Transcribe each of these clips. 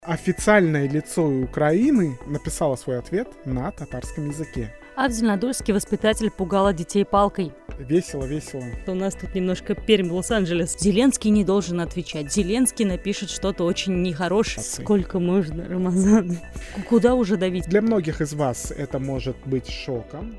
Официальное лицо Украины написало свой ответ на татарском языке. А в Зеленодольске воспитатель пугала детей палкой. Весело, весело. У нас тут немножко Пермь, Лос-Анджелес. Зеленский не должен отвечать. Зеленский напишет что-то очень нехорошее. Сколько можно, Рамазан? Куда уже давить? Для многих из вас это может быть шоком.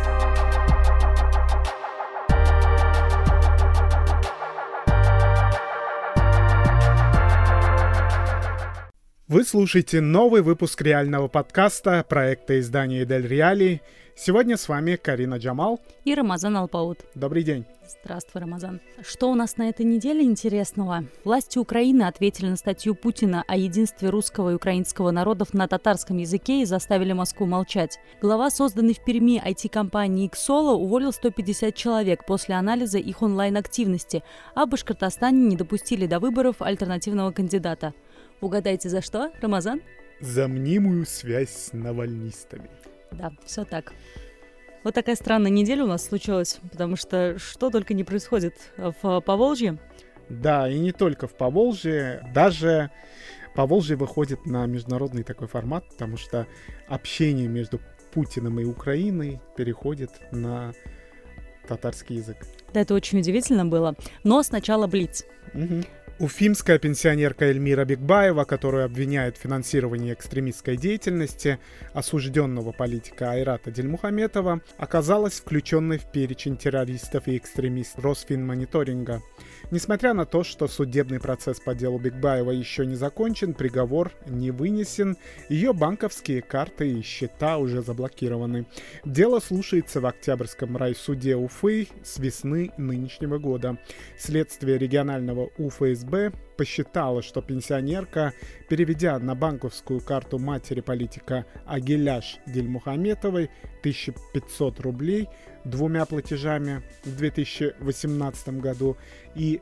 Вы слушаете новый выпуск реального подкаста проекта издания Дель Реали. Сегодня с вами Карина Джамал и Рамазан Алпаут. Добрый день. Здравствуй, Рамазан. Что у нас на этой неделе интересного? Власти Украины ответили на статью Путина о единстве русского и украинского народов на татарском языке и заставили Москву молчать. Глава созданной в Перми IT-компании Xolo уволил 150 человек после анализа их онлайн-активности, а в Башкортостане не допустили до выборов альтернативного кандидата. Угадайте, за что, Рамазан? За мнимую связь с навальнистами. Да, все так. Вот такая странная неделя у нас случилась, потому что только не происходит в Поволжье. Да, и не только в Поволжье, даже Поволжье выходит на международный такой формат, потому что общение между Путиным и Украиной переходит на татарский язык. Да, это очень удивительно было. Но сначала блиц. Угу. Уфимская пенсионерка Эльмира Бекбаева, которую обвиняют в финансировании экстремистской деятельности осужденного политика Айрата Дильмухаметова, оказалась включенной в перечень террористов и экстремистов Росфинмониторинга. Несмотря на то, что судебный процесс по делу Бекбаева еще не закончен, приговор не вынесен, ее банковские карты и счета уже заблокированы. Дело слушается в Октябрьском райсуде Уфы с весны нынешнего года. Следствие регионального УФСБ посчитала, что пенсионерка, переведя на банковскую карту матери политика Агиляш Дильмухаметовой 1500 рублей двумя платежами в 2018 году и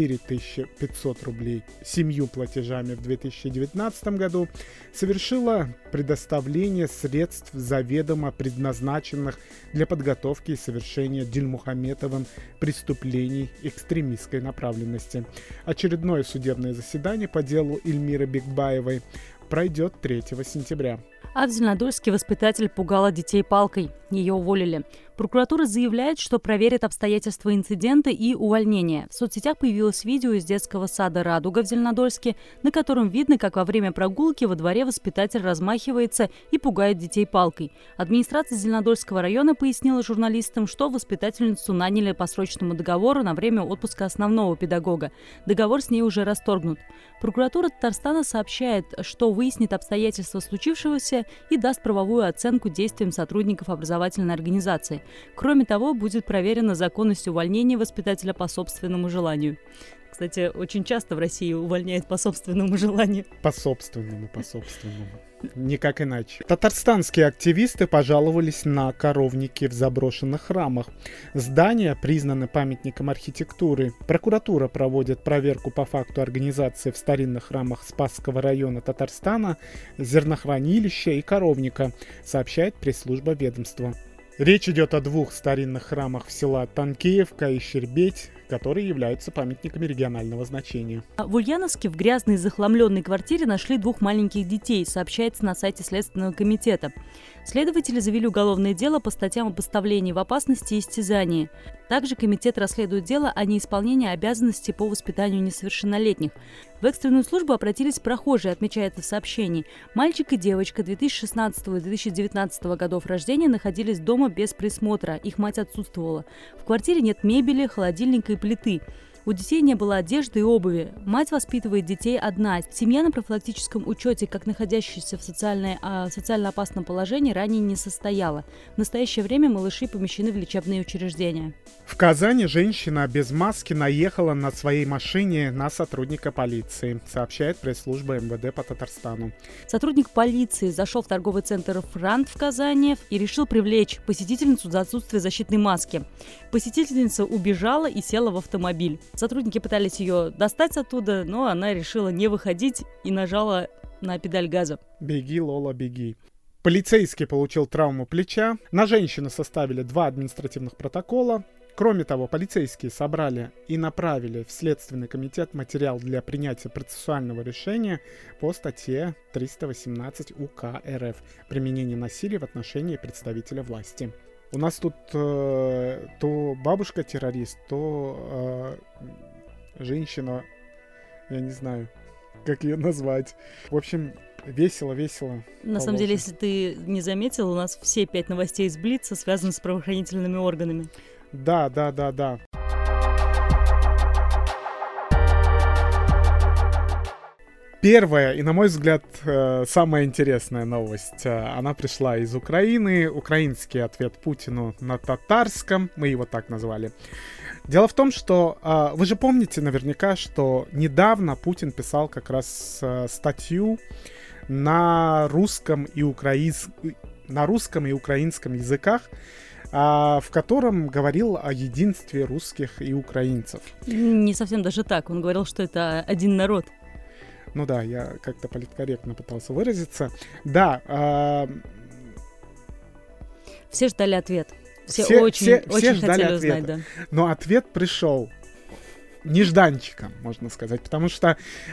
4500 рублей 7 платежами в 2019 году, совершила предоставление средств, заведомо предназначенных для подготовки и совершения Дильмухаметовым преступлений экстремистской направленности. Очередное судебное заседание по делу Эльмиры Бекбаевой пройдет 3 сентября. А в Зеленодольске воспитатель пугала детей палкой. Ее уволили. Прокуратура заявляет, что проверит обстоятельства инцидента и увольнения. В соцсетях появилось видео из детского сада «Радуга» в Зеленодольске, на котором видно, как во время прогулки во дворе воспитатель размахивается и пугает детей палкой. Администрация Зеленодольского района пояснила журналистам, что воспитательницу наняли по срочному договору на время отпуска основного педагога. Договор с ней уже расторгнут. Прокуратура Татарстана сообщает, что выяснит обстоятельства случившегося и даст правовую оценку действиям сотрудников образовательной организации. Кроме того, будет проверена законность увольнения воспитателя по собственному желанию. Кстати, очень часто в России увольняют по собственному желанию. По собственному. Никак иначе. Татарстанские активисты пожаловались на коровники в заброшенных храмах. Здания признаны памятником архитектуры. Прокуратура проводит проверку по факту организации в старинных храмах Спасского района Татарстана зернохранилища и коровника, сообщает пресс-служба ведомства. Речь идет о 2 старинных храмах в селах Танкеевка и Щербеть, которые являются памятниками регионального значения. В Ульяновске в грязной и захламленной квартире нашли 2 маленьких детей, сообщается на сайте Следственного комитета. Следователи завели уголовное дело по статьям о поставлении в опасности и истязании. Также комитет расследует дело о неисполнении обязанностей по воспитанию несовершеннолетних. В экстренную службу обратились прохожие, отмечается в сообщении. Мальчик и девочка 2016 и 2019 годов рождения находились дома без присмотра, их мать отсутствовала. В квартире нет мебели, холодильника и плиты. У детей не было одежды и обуви. Мать воспитывает детей одна. Семья на профилактическом учете, как находящаяся в социально опасном положении, ранее не состояла. В настоящее время малыши помещены в лечебные учреждения. В Казани женщина без маски наехала на своей машине на сотрудника полиции, сообщает пресс-служба МВД по Татарстану. Сотрудник полиции зашел в торговый центр «Франт» в Казани и решил привлечь посетительницу за отсутствие защитной маски. Посетительница убежала и села в автомобиль. Сотрудники пытались ее достать оттуда, но она решила не выходить и нажала на педаль газа. Беги, Лола, беги. Полицейский получил травму плеча. На женщину составили 2 административных протокола. Кроме того, полицейские собрали и направили в Следственный комитет материал для принятия процессуального решения по статье 318 УК РФ «Применение насилия в отношении представителя власти». У нас тут то бабушка террорист, то женщина, я не знаю, как ее назвать. В общем, весело. На самом деле, если ты не заметил, у нас все 5 новостей из Блица связаны с правоохранительными органами. Да. Первая и, на мой взгляд, самая интересная новость. Она пришла из Украины. Украинский ответ Путину на татарском. Мы его так назвали. Дело в том, что вы же помните наверняка, что недавно Путин писал как раз статью на русском и украинском языках, в котором говорил о единстве русских и украинцев. Не совсем даже так. Он говорил, что это один народ. Ну да, я как-то политкорректно пытался выразиться. Да. Все ждали ответ. Все очень хотели узнать, да. Но ответ пришел нежданчиком, можно сказать, потому что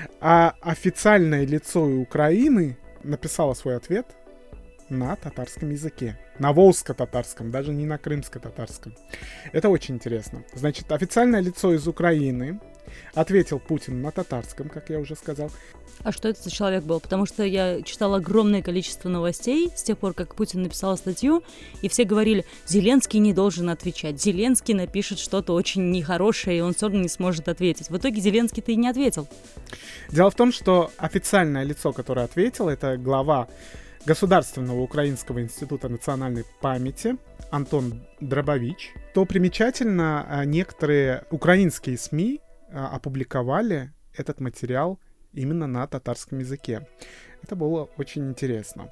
официальное лицо Украины написало свой ответ на татарском языке. На волжско-татарском, даже не на крымско-татарском. Это очень интересно. Значит, официальное лицо из Украины ответил Путин на татарском, как я уже сказал. А что это за человек был? Потому что я читала огромное количество новостей с тех пор, как Путин написал статью, и все говорили, Зеленский не должен отвечать. Зеленский напишет что-то очень нехорошее, и он все равно не сможет ответить. В итоге Зеленский-то и не ответил. Дело в том, что официальное лицо, которое ответило, это глава Государственного Украинского института национальной памяти Антон Драбович. То примечательно, некоторые украинские СМИ опубликовали этот материал именно на татарском языке. Это было очень интересно.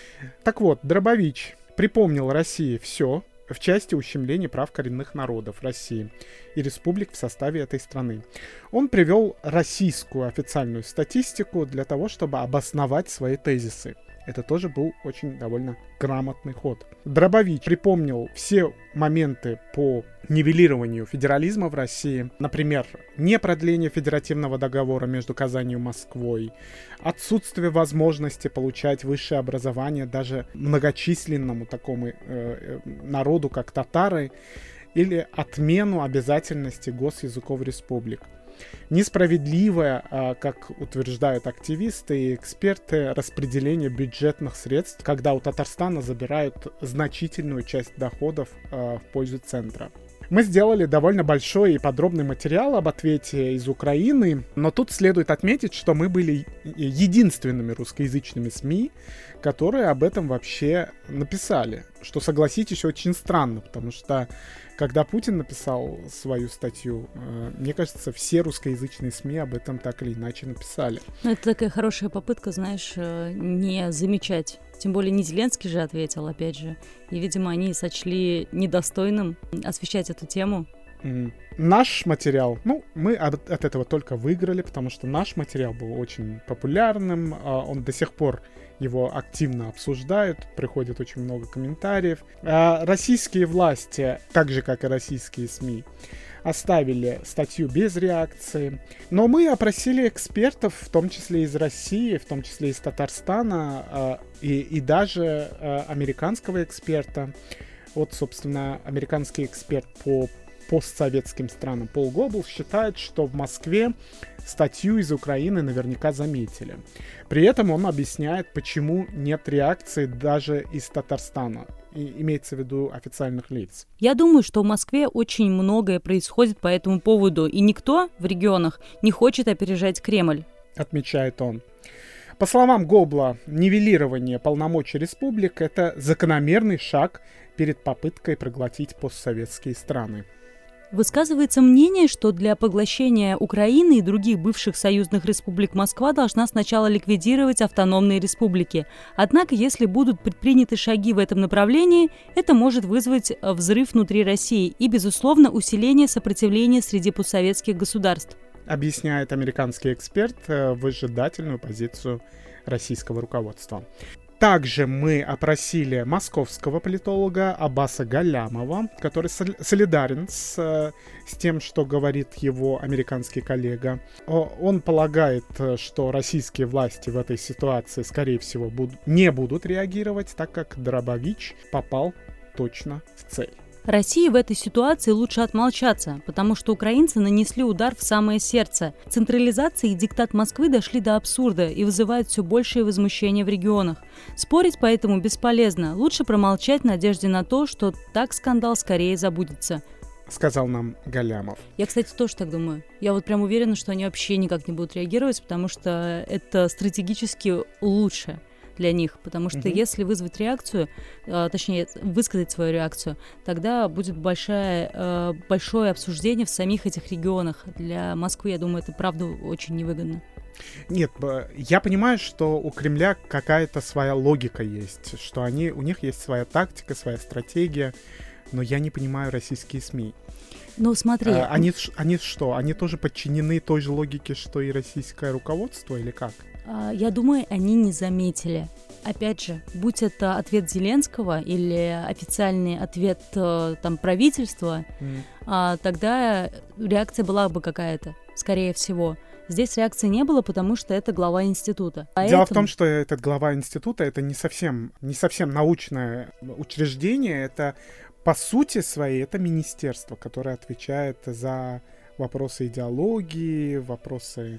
Так вот, Драбович припомнил России все в части ущемления прав коренных народов России и республик в составе этой страны. Он привел российскую официальную статистику для того, чтобы обосновать свои тезисы. Это тоже был очень довольно грамотный ход. Драбович припомнил все моменты по нивелированию федерализма в России. Например, не продление федеративного договора между Казанью и Москвой, отсутствие возможности получать высшее образование даже многочисленному такому народу, как татары, или отмену обязательности госязыков республик. Несправедливое, как утверждают активисты и эксперты, распределение бюджетных средств, когда у Татарстана забирают значительную часть доходов в пользу центра. Мы сделали довольно большой и подробный материал об ответе из Украины, но тут следует отметить, что мы были единственными русскоязычными СМИ, которые об этом вообще написали. Что, согласитесь, очень странно, потому что когда Путин написал свою статью, мне кажется, все русскоязычные СМИ об этом так или иначе написали. Ну, это такая хорошая попытка, знаешь, не замечать. Тем более не Зеленский же ответил, опять же. И, видимо, они сочли недостойным освещать эту тему. Наш материал, мы от этого только выиграли, потому что наш материал был очень популярным, он до сих пор его активно обсуждают, приходит очень много комментариев. Российские власти, так же как и российские СМИ, оставили статью без реакции. Но мы опросили экспертов, в том числе из России, в том числе из Татарстана, и даже американского эксперта. Вот, собственно, американский эксперт по постсоветским странам Пол Глобал считает, что в Москве статью из Украины наверняка заметили. При этом он объясняет, почему нет реакции даже из Татарстана. И имеется в виду официальных лиц. Я думаю, что в Москве очень многое происходит по этому поводу, и никто в регионах не хочет опережать Кремль. Отмечает он. По словам Гобла, нивелирование полномочий республик – это закономерный шаг перед попыткой проглотить постсоветские страны. Высказывается мнение, что для поглощения Украины и других бывших союзных республик Москва должна сначала ликвидировать автономные республики. Однако, если будут предприняты шаги в этом направлении, это может вызвать взрыв внутри России и, безусловно, усиление сопротивления среди постсоветских государств. Объясняет американский эксперт выжидательную позицию российского руководства. Также мы опросили московского политолога Аббаса Галямова, который солидарен с тем, что говорит его американский коллега. Он полагает, что российские власти в этой ситуации, скорее всего, не будут реагировать, так как Дробович попал точно в цель. России в этой ситуации лучше отмолчаться, потому что украинцы нанесли удар в самое сердце. Централизация и диктат Москвы дошли до абсурда и вызывают все большее возмущение в регионах. Спорить поэтому бесполезно. Лучше промолчать в надежде на то, что так скандал скорее забудется. Сказал нам Галямов. Я, кстати, тоже так думаю. Я вот прям уверена, что они вообще никак не будут реагировать, потому что это стратегически лучше для них, потому что если вызвать реакцию, точнее, высказать свою реакцию, тогда будет большое обсуждение в самих этих регионах. Для Москвы, я думаю, это правда очень невыгодно. Нет, я понимаю, что у Кремля какая-то своя логика есть, что у них есть своя тактика, своя стратегия, но я не понимаю российские СМИ. Ну, смотри. Они что? Они тоже подчинены той же логике, что и российское руководство, или как? Я думаю, они не заметили. Опять же, будь это ответ Зеленского или официальный ответ правительства, тогда реакция была бы какая-то, скорее всего. Здесь реакции не было, потому что это глава института. Дело в том, что этот глава института — это не совсем научное учреждение, это по сути своей это министерство, которое отвечает за вопросы идеологии, вопросы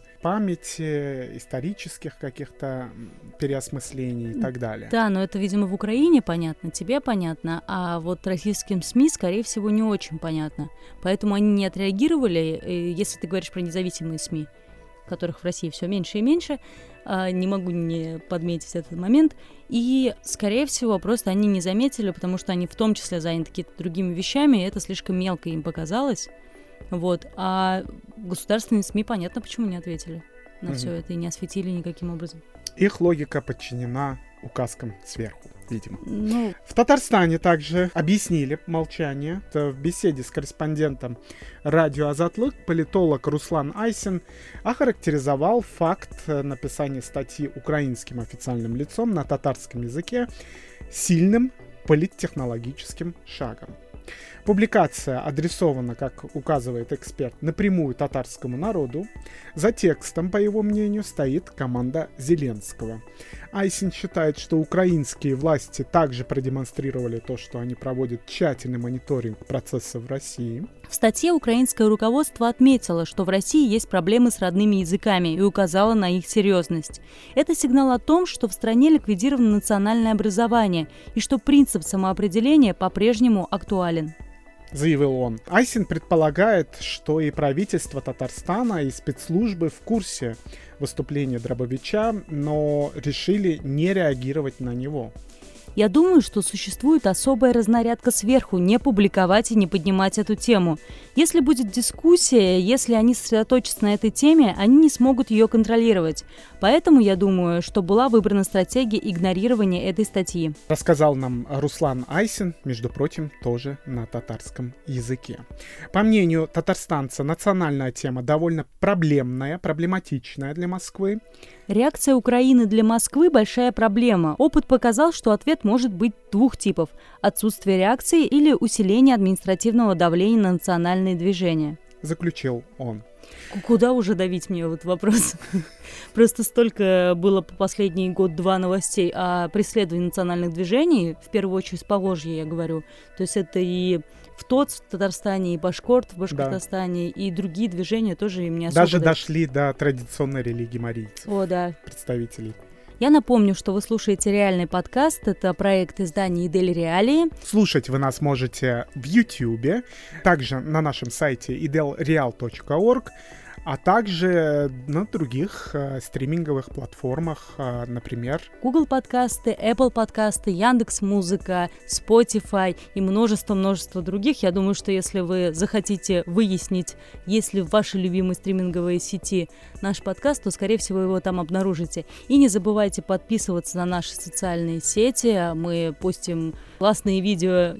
памяти, исторических каких-то переосмыслений и так далее. Да, но это, видимо, в Украине понятно, тебе понятно, а вот российским СМИ, скорее всего, не очень понятно. Поэтому они не отреагировали, если ты говоришь про независимые СМИ, которых в России все меньше и меньше, не могу не подметить этот момент. И, скорее всего, просто они не заметили, потому что они в том числе заняты какими-то другими вещами, и это слишком мелко им показалось. Вот. А государственные СМИ, понятно, почему не ответили на все это и не осветили никаким образом. Их логика подчинена указкам сверху, видимо. В Татарстане также объяснили молчание. В беседе с корреспондентом радио «Азатлык» политолог Руслан Айсин охарактеризовал факт написания статьи украинским официальным лицом на татарском языке сильным политтехнологическим шагом. Публикация адресована, как указывает эксперт, напрямую татарскому народу. За текстом, по его мнению, стоит команда Зеленского. Айсин считает, что украинские власти также продемонстрировали то, что они проводят тщательный мониторинг процесса в России. В статье украинское руководство отметило, что в России есть проблемы с родными языками и указало на их серьезность. Это сигнал о том, что в стране ликвидировано национальное образование и что принцип самоопределения по-прежнему актуален. Заявил он. Айсин предполагает, что и правительство Татарстана, и спецслужбы в курсе выступления Дробовича, но решили не реагировать на него. Я думаю, что существует особая разнарядка сверху, не публиковать и не поднимать эту тему. Если будет дискуссия, если они сосредоточатся на этой теме, они не смогут ее контролировать. Поэтому я думаю, что была выбрана стратегия игнорирования этой статьи. Рассказал нам Руслан Айсин, между прочим, тоже на татарском языке. По мнению татарстанца, национальная тема довольно проблематичная для Москвы. Реакция Украины для Москвы – большая проблема. Опыт показал, что ответ может быть двух типов – отсутствие реакции или усиление административного давления на национальные движения. Заключил он. Куда уже давить мне вот вопрос? Просто столько было по последний год-два новостей о преследовании национальных движений, в первую очередь с Поволжья, я говорю. То есть это и ВТОЦ в Татарстане, и Башкорт в Башкортостане, и другие движения тоже им не особо... Даже дошли до традиционной религии марийцев. О, да. Представителей. Я напомню, что вы слушаете реальный подкаст. Это проект издания «Идель Реалии». Слушать вы нас можете в YouTube, также на нашем сайте idelreal.org, а также на других стриминговых платформах, например... Google подкасты, Apple подкасты, Яндекс.Музыка, Spotify и множество других. Я думаю, что если вы захотите выяснить, есть ли в вашей любимой стриминговой сети наш подкаст, то, скорее всего, его там обнаружите. И не забывайте подписываться на наши социальные сети. Мы постим классные видео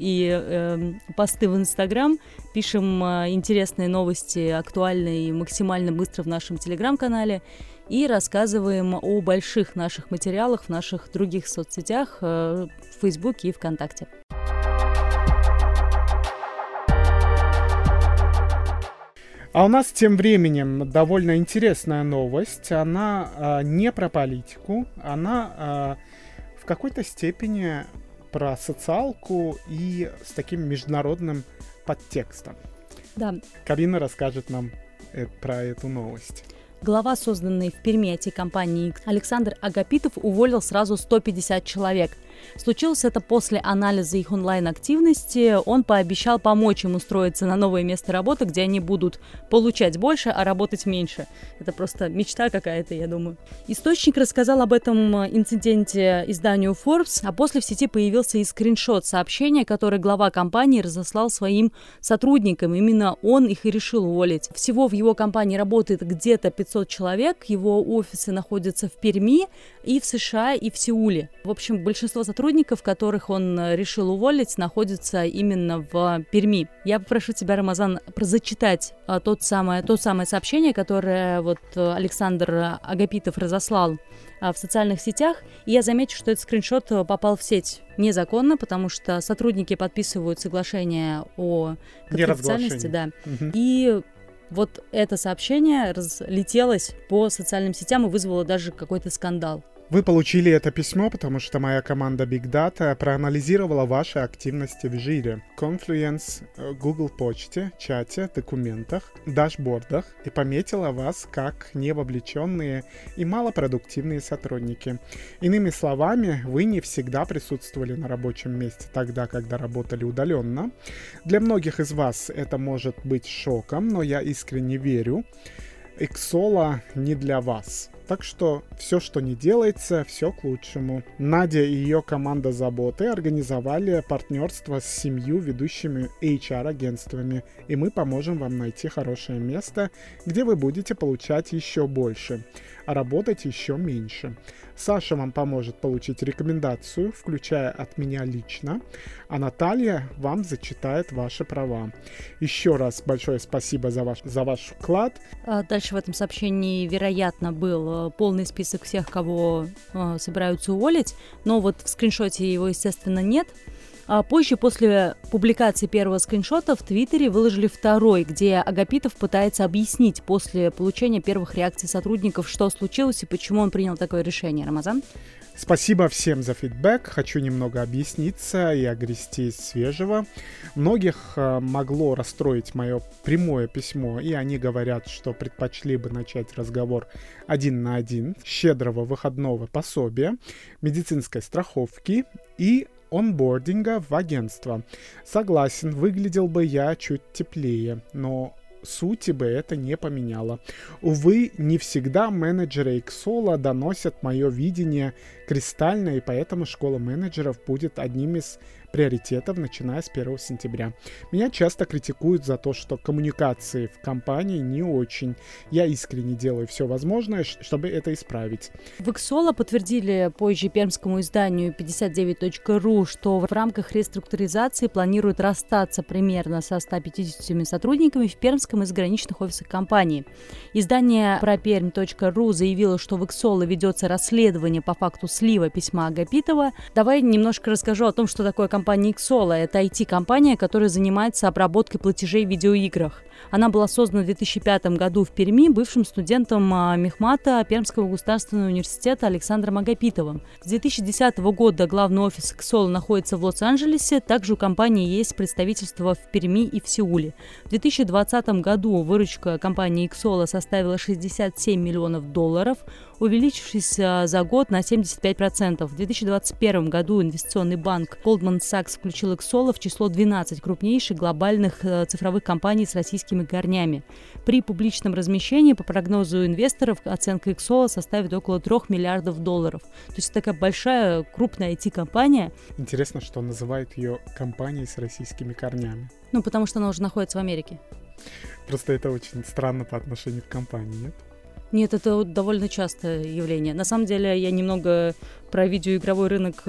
и посты в Instagram, пишем интересные новости, актуальные и максимально быстро в нашем Телеграм-канале. и рассказываем о больших наших материалах в наших других соцсетях, в Фейсбуке и ВКонтакте. А у нас тем временем довольно интересная новость. Она не про политику, она в какой-то степени про социалку и с таким международным подтекстом. Да. Карина расскажет нам про эту новость. Глава созданной в Перми IT-компании Александр Агапитов уволил сразу 150 человек. Случилось это после анализа их онлайн-активности. Он пообещал помочь им устроиться на новое место работы, где они будут получать больше, а работать меньше. Это просто мечта какая-то, я думаю. Источник рассказал об этом инциденте изданию Forbes, а после в сети появился и скриншот сообщения, которое глава компании разослал своим сотрудникам. Именно он их и решил уволить. Всего в его компании работает где-то 500 человек. Его офисы находятся в Перми и в США, и в Сеуле. В общем, большинство сотрудников, которых он решил уволить, находятся именно в Перми. Я попрошу тебя, Рамазан, зачитать то самое сообщение, которое Александр Агапитов разослал в социальных сетях. И я замечу, что этот скриншот попал в сеть незаконно, потому что сотрудники подписывают соглашение о конфиденциальности. Да. Угу. И вот это сообщение разлетелось по социальным сетям и вызвало даже какой-то скандал. Вы получили это письмо, потому что моя команда Big Data проанализировала ваши активности в Жире, Confluence, Google почте, чате, документах, дашбордах и пометила вас как невовлеченные и малопродуктивные сотрудники. Иными словами, вы не всегда присутствовали на рабочем месте тогда, когда работали удаленно. Для многих из вас это может быть шоком, но я искренне верю, Xsolla не для вас. Так что все, что не делается, все к лучшему. Надя и ее команда заботы организовали партнерство с 7 ведущими HR-агентствами, и мы поможем вам найти хорошее место, где вы будете получать еще больше, а работать еще меньше. Саша вам поможет получить рекомендацию, включая от меня лично, а Наталья вам зачитает ваши права. Еще раз большое спасибо за ваш вклад. Дальше в этом сообщении, вероятно, был полный список всех, кого собираются уволить, но вот в скриншоте его, естественно, нет. А позже, после публикации первого скриншота, в Твиттере выложили второй, где Агапитов пытается объяснить после получения первых реакций сотрудников, что случилось и почему он принял такое решение. Рамазан? Спасибо всем за фидбэк. Хочу немного объясниться и огрести свежего. Многих могло расстроить мое прямое письмо, и они говорят, что предпочли бы начать разговор 1 на 1, щедрого выходного пособия, медицинской страховки и онбординга в агентство. Согласен, выглядел бы я чуть теплее, но сути бы это не поменяло. Увы, не всегда менеджеры Xsolla доносят мое видение кристально, и поэтому школа менеджеров будет одним из приоритетов, начиная с 1 сентября. Меня часто критикуют за то, что коммуникации в компании не очень. Я искренне делаю все возможное, чтобы это исправить. В Xsolla подтвердили позже пермскому изданию 59.ru, что в рамках реструктуризации планируют расстаться примерно со 150 сотрудниками в пермском и заграничных офисах компании. Издание properm.ru заявило, что в Xsolla ведется расследование по факту слива письма Агапитова. Давай немножко расскажу о том, что такое компания Xsolla. Это IT-компания, которая занимается обработкой платежей в видеоиграх. Она была создана в 2005 году в Перми бывшим студентом мехмата Пермского государственного университета Александром Агапитовым. С 2010 года главный офис Xsolla находится в Лос-Анджелесе. Также у компании есть представительство в Перми и в Сеуле. В 2020 году выручка компании Xsolla составила $67 миллионов, увеличившись за год на 75%. В 2021 году инвестиционный банк Goldman Sachs включил Xsolla в число 12 крупнейших глобальных цифровых компаний с российскими корнями. При публичном размещении, по прогнозу инвесторов, оценка Xsolla составит около $3 миллиардов. То есть это такая большая, крупная IT-компания. Интересно, что называют ее компанией с российскими корнями. Потому что она уже находится в Америке. Просто это очень странно по отношению к компании, нет? Нет, это довольно частое явление. На самом деле, я немного про видеоигровой рынок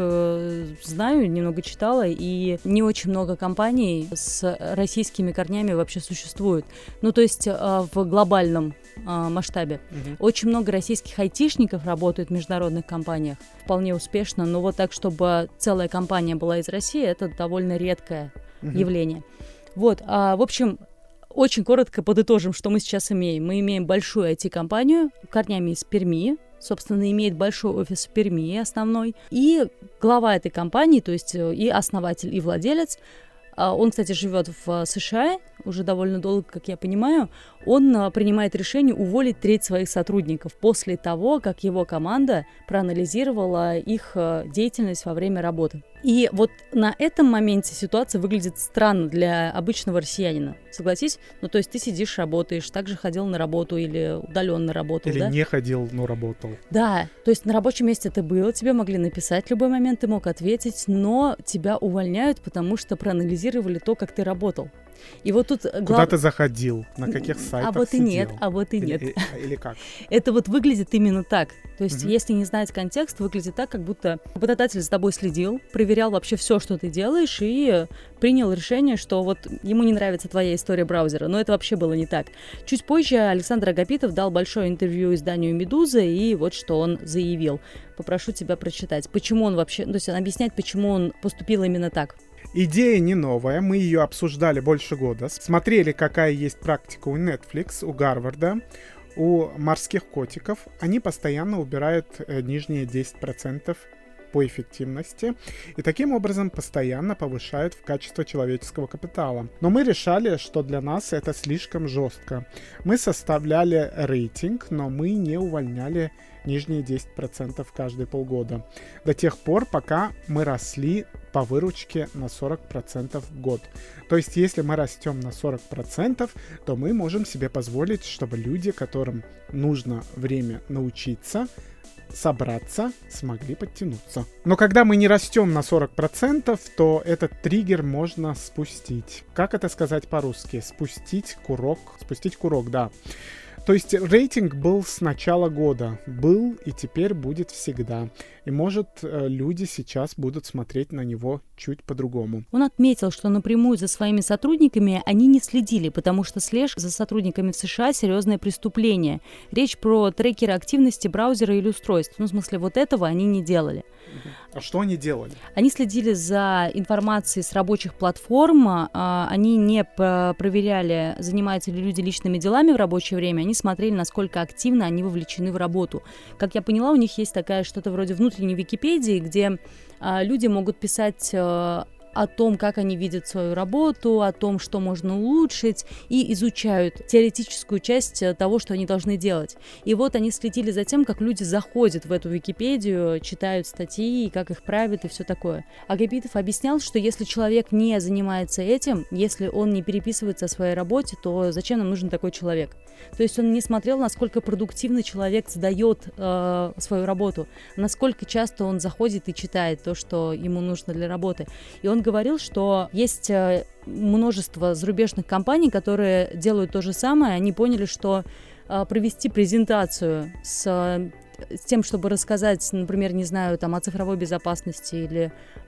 знаю, немного читала, и не очень много компаний с российскими корнями вообще существует. Ну, то есть в глобальном масштабе. Очень много российских айтишников работают в международных компаниях, вполне успешно, но вот так, чтобы целая компания была из России, это довольно редкое явление. Вот, в общем, очень коротко подытожим, что мы сейчас имеем. Мы имеем большую IT-компанию, корнями из Перми, собственно, имеет большой офис в Перми основной, и глава этой компании, то есть и основатель, и владелец, он, кстати, живет в США уже довольно долго, как я понимаю, он принимает решение уволить треть своих сотрудников после того, как его команда проанализировала их деятельность во время работы. И вот на этом моменте ситуация выглядит странно для обычного россиянина. Согласись? Ну, то есть ты сидишь, работаешь, также ходил на работу или удаленно работал, или да? не ходил, но работал. Да, то есть на рабочем месте ты был, тебе могли написать в любой момент, ты мог ответить, но тебя увольняют, потому что проанализировали то, как ты работал. И вот тут Куда ты заходил? На каких сайтах А вот и сидел? нет, а вот и нет. Или как? Это вот выглядит именно так. То есть, если не знать контекст, выглядит так, как будто работодатель за тобой следил, проверял вообще все, что ты делаешь, и принял решение, что вот ему не нравится твоя история браузера. Но это вообще было не так. Чуть позже Александр Агапитов дал большое интервью изданию «Медуза», и вот что он заявил. Попрошу тебя прочитать. Почему он вообще... То есть он объясняет, почему он поступил именно так. Идея не новая, мы ее обсуждали больше года. Смотрели, какая есть практика у Netflix, у Гарварда, у морских котиков. Они постоянно убирают нижние 10% по эффективности и таким образом постоянно повышают в качество человеческого капитала. Но мы решали, что для нас это слишком жестко. Мы составляли рейтинг, но мы не увольняли нижние 10% каждые полгода. До тех пор, пока мы росли по выручке на 40% в год. То есть, если мы растем на 40%, то мы можем себе позволить, чтобы люди, которым нужно время научиться, собраться, смогли подтянуться. Но когда мы не растем на 40%, то этот триггер можно спустить. Как это сказать по-русски? Спустить курок. Спустить курок, да. То есть рейтинг был с начала года, был и теперь будет всегда. И может люди сейчас будут смотреть на него чуть по-другому. Он отметил, что напрямую за своими сотрудниками они не следили, потому что слежка за сотрудниками в США — серьезное преступление. Речь про трекеры активности браузера или устройств. Ну, в смысле, вот этого они не делали. А что они делали? Они следили за информацией с рабочих платформ, они не проверяли, занимаются ли люди личными делами в рабочее время, они смотрели, насколько активно они вовлечены в работу. Как я поняла, у них есть такая что-то вроде внутренней Википедии, где люди могут писать о том, как они видят свою работу, о том, что можно улучшить, и изучают теоретическую часть того, что они должны делать. И вот они следили за тем, как люди заходят в эту Википедию, читают статьи, как их правят и все такое. Агапитов объяснял, что если человек не занимается этим, если он не переписывается о своей работе, то зачем нам нужен такой человек? То есть он не смотрел, насколько продуктивно человек сдает свою работу, насколько часто он заходит и читает то, что ему нужно для работы. И он говорил, что есть множество зарубежных компаний, которые делают то же самое. Они поняли, что провести презентацию с тем, чтобы рассказать, например, не знаю, там, о цифровой безопасности или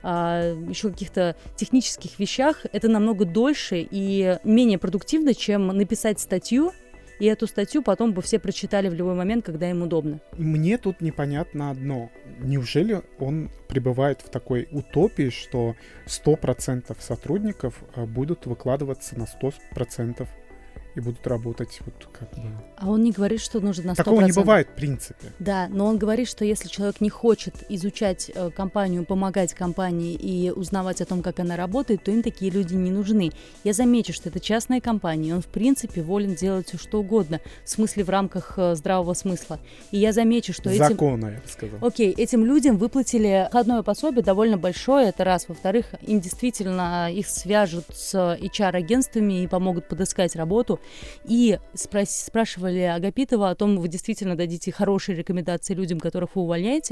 еще каких-то технических вещах, это намного дольше и менее продуктивно, чем написать статью, и эту статью потом бы все прочитали в любой момент, когда им удобно. Мне тут непонятно одно. Неужели он пребывает в такой утопии, что 100% сотрудников будут выкладываться на 100% и будут работать вот как бы... А он не говорит, что нужно на 100%. Такого не бывает в принципе. Да, но он говорит, что если человек не хочет изучать компанию, помогать компании и узнавать о том, как она работает, то им такие люди не нужны. Я замечу, что это частная компания, и он в принципе волен делать все что угодно, в смысле в рамках здравого смысла. И я замечу, что Закона, я бы сказал. Окей, этим людям выплатили выходное пособие довольно большое, это раз. Во-вторых, им действительно их свяжут с HR-агентствами и помогут подыскать работу. И спрашивали Агапитова о том, вы действительно дадите хорошие рекомендации людям, которых вы увольняете.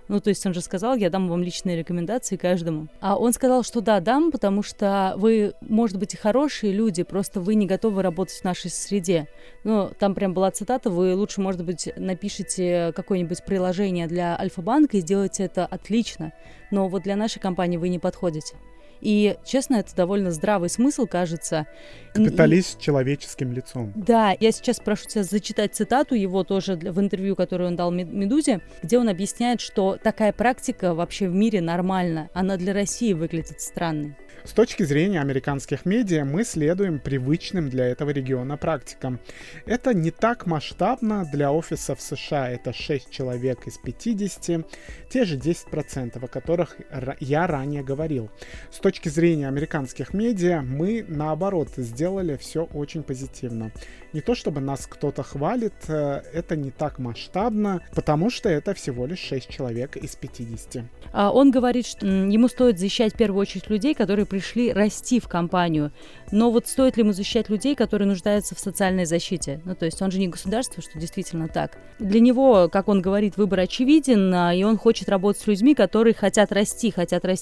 Ну, то есть он же сказал, я дам вам личные рекомендации каждому. А он сказал, что да, дам, потому что вы, может быть, и хорошие люди, просто вы не готовы работать в нашей среде. Ну, там прям была цитата, вы лучше, может быть, напишите какое-нибудь приложение для Альфа-банка и сделаете это отлично, но вот для нашей компании вы не подходите. И, честно, это довольно здравый смысл, кажется. Капиталист с человеческим лицом. Да, я сейчас прошу тебя зачитать цитату его тоже в интервью, которое он дал «Медузе», где он объясняет, что такая практика вообще в мире нормальна. Она для России выглядит странной. С точки зрения американских медиа мы следуем привычным для этого региона практикам. Это не так масштабно для офисов США, это 6 человек из 50, те же 10%, о которых я ранее говорил. С точки зрения американских медиа мы, наоборот, сделали все очень позитивно. Не то чтобы нас кто-то хвалит, это не так масштабно, потому что это всего лишь 6 человек из 50. Он говорит, что ему стоит защищать в первую очередь людей, которые пришли расти в компанию. Но вот стоит ли ему защищать людей, которые нуждаются в социальной защите? Ну, то есть он же не государство, что действительно так. Для него, как он говорит, выбор очевиден, и он хочет работать с людьми, которые хотят расти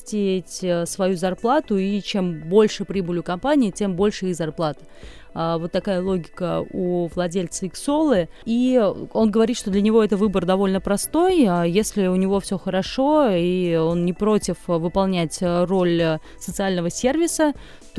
свою зарплату, и чем больше прибыль у компании, тем больше их зарплата. Вот такая логика у владельца Иксолы. И он говорит, что для него это выбор довольно простой. Если у него все хорошо, и он не против выполнять роль социального сервиса,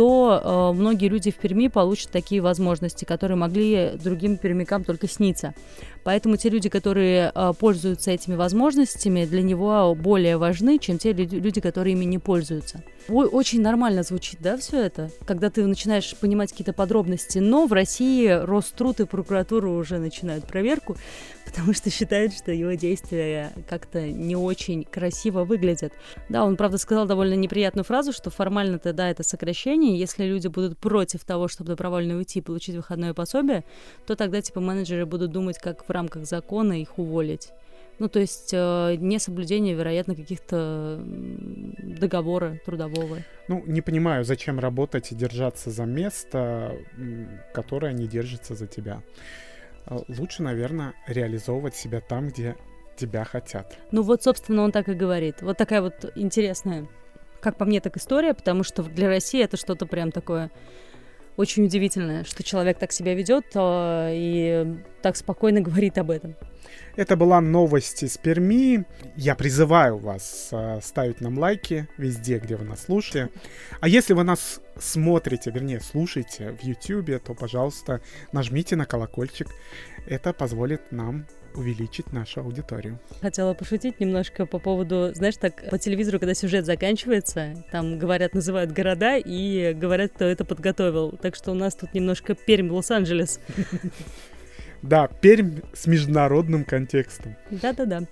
то многие люди в Перми получат такие возможности, которые могли другим пермякам только сниться. Поэтому те люди, которые пользуются этими возможностями, для него более важны, чем те люди, которые ими не пользуются. Очень нормально звучит, да, все это? Когда ты начинаешь понимать какие-то подробности. Но в России Роструд и прокуратура уже начинают проверку, потому что считают, что его действия как-то не очень красиво выглядят. Да, он, правда, сказал довольно неприятную фразу, что формально-то, да, это сокращение. Если люди будут против того, чтобы добровольно уйти и получить выходное пособие, то тогда, менеджеры будут думать, как в рамках закона их уволить. Ну, то есть несоблюдение, вероятно, каких-то договора трудового. Ну, не понимаю, зачем работать и держаться за место, которое не держится за тебя. Лучше, наверное, реализовывать себя там, где тебя хотят. Ну вот, собственно, он так и говорит. Вот такая вот интересная, как по мне, так история, потому что для России это что-то прям такое очень удивительное, что человек так себя ведет и так спокойно говорит об этом. Это была новость из Перми. Я призываю вас ставить нам лайки везде, где вы нас слушаете. А если вы нас смотрите, вернее, слушаете в YouTube, то, пожалуйста, нажмите на колокольчик. Это позволит нам увеличить нашу аудиторию. Хотела пошутить немножко по поводу, знаешь, так по телевизору, когда сюжет заканчивается, там говорят, называют города и говорят, кто это подготовил. Так что у нас тут немножко Пермь, Лос-Анджелес. Да, Пермь с международным контекстом. Да-да-да.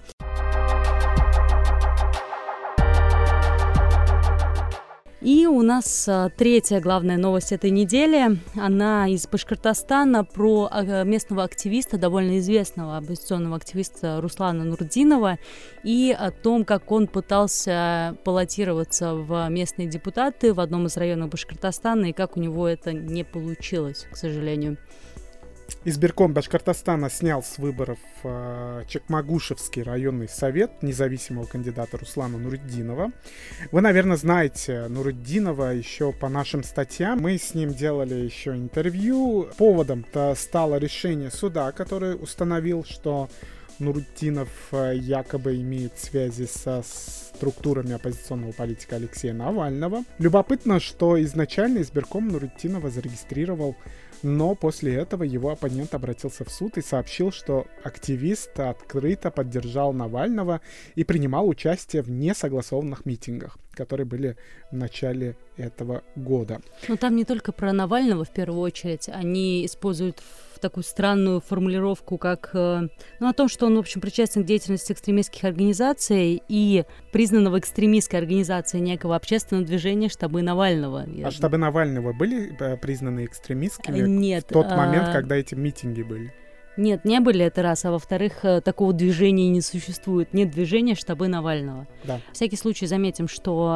И у нас третья главная новость этой недели. Она из Башкортостана про местного активиста, довольно известного оппозиционного активиста Руслана Нуртдинова, и о том, как он пытался баллотироваться в местные депутаты в одном из районов Башкортостана, и как у него это не получилось, к сожалению. Избирком Башкортостана снял с выборов Чекмагушевский районный совет независимого кандидата Руслана Нуртдинова. Вы, наверное, знаете Нуртдинова еще по нашим статьям. Мы с ним делали еще интервью. Поводом-то стало решение суда, который установил, что Нуртдинов якобы имеет связи со структурами оппозиционного политика Алексея Навального. Любопытно, что изначально избирком Нуртдинова зарегистрировал, но после этого его оппонент обратился в суд и сообщил, что активист открыто поддержал Навального и принимал участие в несогласованных митингах, которые были в начале этого года. Но там не только про Навального в первую очередь. Они используют такую странную формулировку, как о том, что он, в общем, причастен к деятельности экстремистских организаций и признанного экстремистской организацией некого общественного движения штабы Навального. А штабы Навального были признаны экстремистскими? Нет. В тот момент, когда эти митинги были? Нет, не были, это раз. А во-вторых, такого движения не существует. Нет движения штабы Навального. Да. На всякий случай заметим, что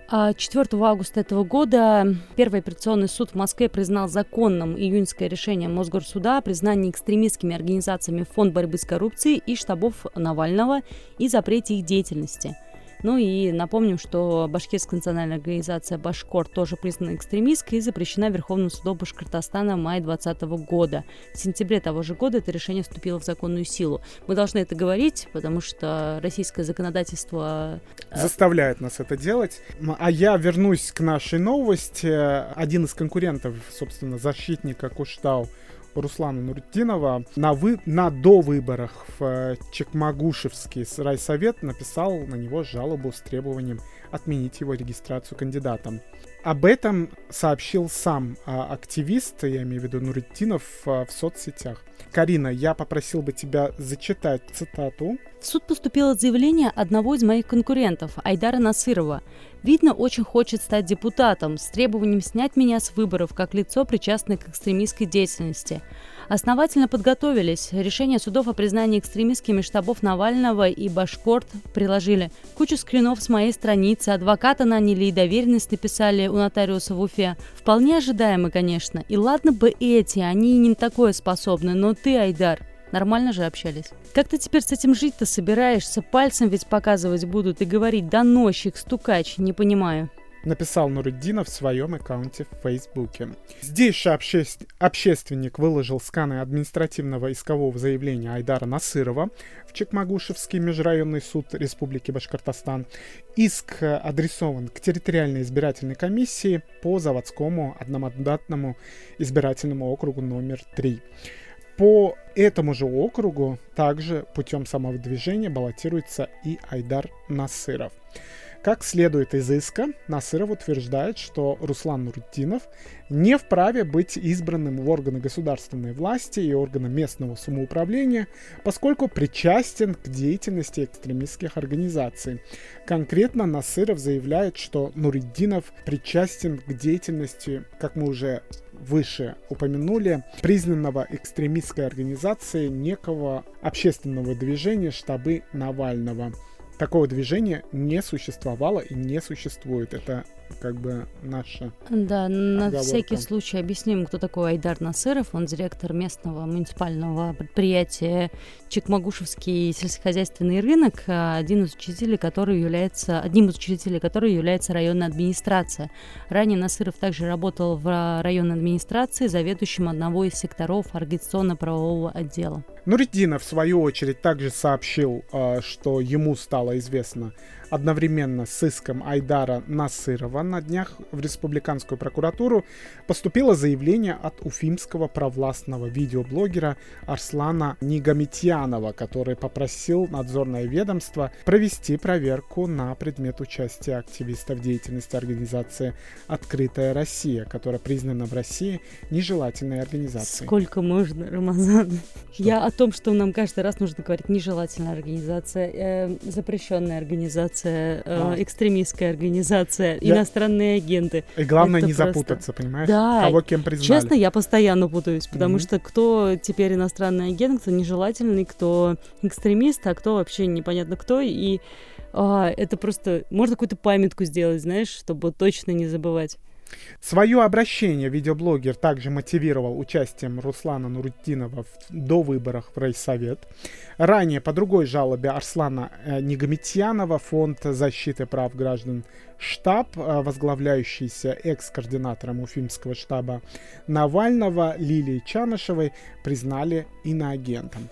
4 августа этого года Первый апелляционный суд в Москве признал законным июньское решение Мосгорсуда о признании экстремистскими организациями Фонд борьбы с коррупцией и штабов Навального и запрете их деятельности. Ну и напомним, что Башкирская национальная организация «Башкор» тоже признана экстремистской и запрещена Верховным судом Башкортостана в мае 2020 года. В сентябре того же года это решение вступило в законную силу. Мы должны это говорить, потому что российское законодательство заставляет нас это делать. А я вернусь к нашей новости. Один из конкурентов, собственно, защитника Куштау, Руслана Нуртдинова, на довыборах в Чекмагушевский райсовет написал на него жалобу с требованием отменить его регистрацию кандидатом. Об этом сообщил сам активист, я имею в виду Нуртдинов, в соцсетях. Карина, я попросил бы тебя зачитать цитату. В суд поступило заявление одного из моих конкурентов, Айдара Насырова. Видно, очень хочет стать депутатом с требованием снять меня с выборов как лицо, причастное к экстремистской деятельности. Основательно подготовились. Решение судов о признании экстремистскими штабов Навального и Башкорт приложили. Кучу скринов с моей страницы, адвоката наняли и доверенность написали у нотариуса в Уфе. Вполне ожидаемо, конечно. И ладно бы эти, они и не такое способны, но ты, Айдар, нормально же общались. Как ты теперь с этим жить-то собираешься? Пальцем ведь показывать будут и говорить «доносчик, стукач», не понимаю. Написал Нуртдинов в своем аккаунте в Фейсбуке. Здесь же общественник выложил сканы административного искового заявления Айдара Насырова в Чекмагушевский межрайонный суд Республики Башкортостан. Иск адресован к территориальной избирательной комиссии по заводскому одномандатному избирательному округу номер 3. По этому же округу также путем самовыдвижения баллотируется и Айдар Насыров. Как следует из иска, Насыров утверждает, что Руслан Нуртдинов не вправе быть избранным в органы государственной власти и органы местного самоуправления, поскольку причастен к деятельности экстремистских организаций. Конкретно Насыров заявляет, что Нуртдинов причастен к деятельности, как мы уже выше упомянули, признанного экстремистской организацией некого общественного движения «Штабы Навального». Такого движения не существовало и не существует. Это как бы наша на оговорка. Всякий случай объясним, кто такой Айдар Насыров. Он директор местного муниципального предприятия Чекмагушевский сельскохозяйственный рынок, одним из учителей, который является районная администрация. Ранее Насыров также работал в районной администрации заведующим одного из секторов организационно-правового отдела. Нуртдинов, в свою очередь, также сообщил, что ему стало известно одновременно с иском Айдара Насырова на днях в Республиканскую прокуратуру поступило заявление от уфимского провластного видеоблогера Арслана Нигамитьянова, который попросил надзорное ведомство провести проверку на предмет участия активистов в деятельности организации «Открытая Россия», которая признана в России нежелательной организацией. Сколько можно, Рамазан? Я о том, что нам каждый раз нужно говорить нежелательная организация, запрещенная организация, экстремистская организация, иностранные агенты. И главное это не просто запутаться, понимаешь? Да, кого кем признали. Честно, я постоянно путаюсь, потому что кто теперь иностранный агент, кто нежелательный, кто экстремист, а кто вообще непонятно кто. И это просто... Можно какую-то памятку сделать, знаешь, чтобы точно не забывать. Свое обращение видеоблогер также мотивировал участием Руслана Нуртдинова в довыборах в райсовет. Ранее по другой жалобе Арслана Нигамитьянова фонд защиты прав граждан «Штаб», возглавляющийся экс-координатором уфимского штаба Навального Лилией Чанышевой, признали иноагентом.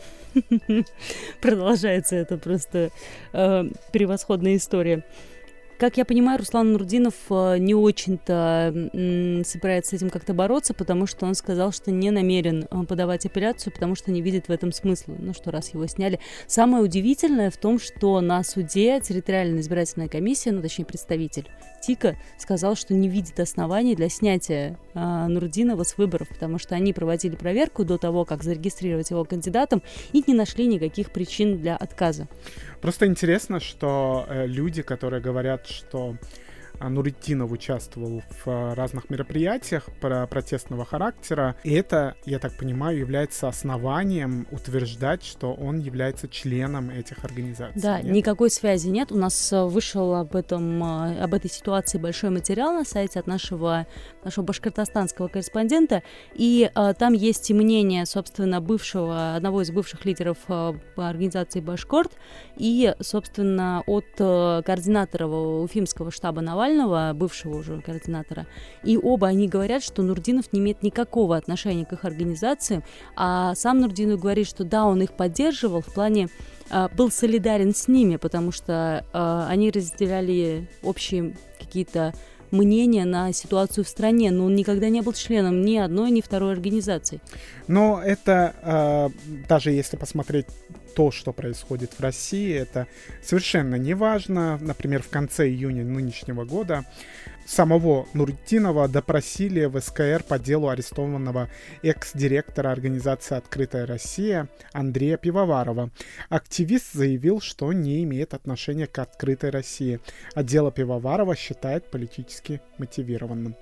Продолжается это просто превосходная история. Как я понимаю, Руслан Нуртдинов не очень-то собирается с этим как-то бороться, потому что он сказал, что не намерен подавать апелляцию, потому что не видит в этом смысла. Ну что, раз его сняли. Самое удивительное в том, что на суде территориальная избирательная комиссия, точнее представитель ТИКа, сказал, что не видит оснований для снятия Нуртдинова с выборов, потому что они проводили проверку до того, как зарегистрировать его кандидатом, и не нашли никаких причин для отказа. Просто интересно, что люди, которые говорят, что Нуритдинов участвовал в разных мероприятиях протестного характера, и это, я так понимаю, является основанием утверждать, что он является членом этих организаций. Да, нет? Никакой связи нет. У нас вышел об этой ситуации большой материал на сайте от нашего башкортостанского корреспондента, и там есть и мнение, собственно, одного из бывших лидеров организации «Башкорт», и, собственно, от координатора уфимского штаба Навального, бывшего уже координатора, и оба они говорят, что Нуртдинов не имеет никакого отношения к их организации, а сам Нуртдинов говорит, что да, он их поддерживал в плане, был солидарен с ними, потому что они разделяли общие какие-то мнения на ситуацию в стране, но он никогда не был членом ни одной, ни второй организации. Но это, даже если посмотреть то, что происходит в России, это совершенно не важно. Например, в конце июня нынешнего года самого Нуртдинова допросили в СКР по делу арестованного экс-директора организации «Открытая Россия» Андрея Пивоварова. Активист заявил, что не имеет отношения к «Открытой России», а дело Пивоварова считает политически мотивированным.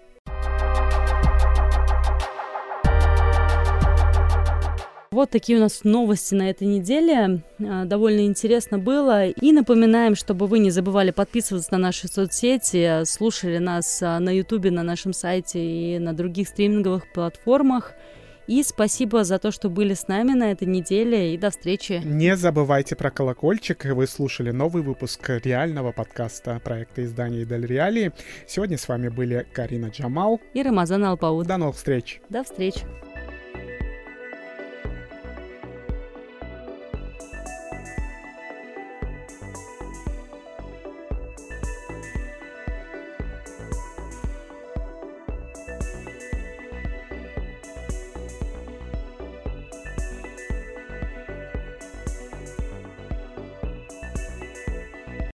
Вот такие у нас новости на этой неделе. Довольно интересно было. И напоминаем, чтобы вы не забывали подписываться на наши соцсети, слушали нас на Ютубе, на нашем сайте и на других стриминговых платформах. И спасибо за то, что были с нами на этой неделе. И до встречи. Не забывайте про колокольчик. Вы слушали новый выпуск реального подкаста проекта издания «Идель Реалии». Сегодня с вами были Карина Джамал и Рамазан Алпауд. До новых встреч. До встречи.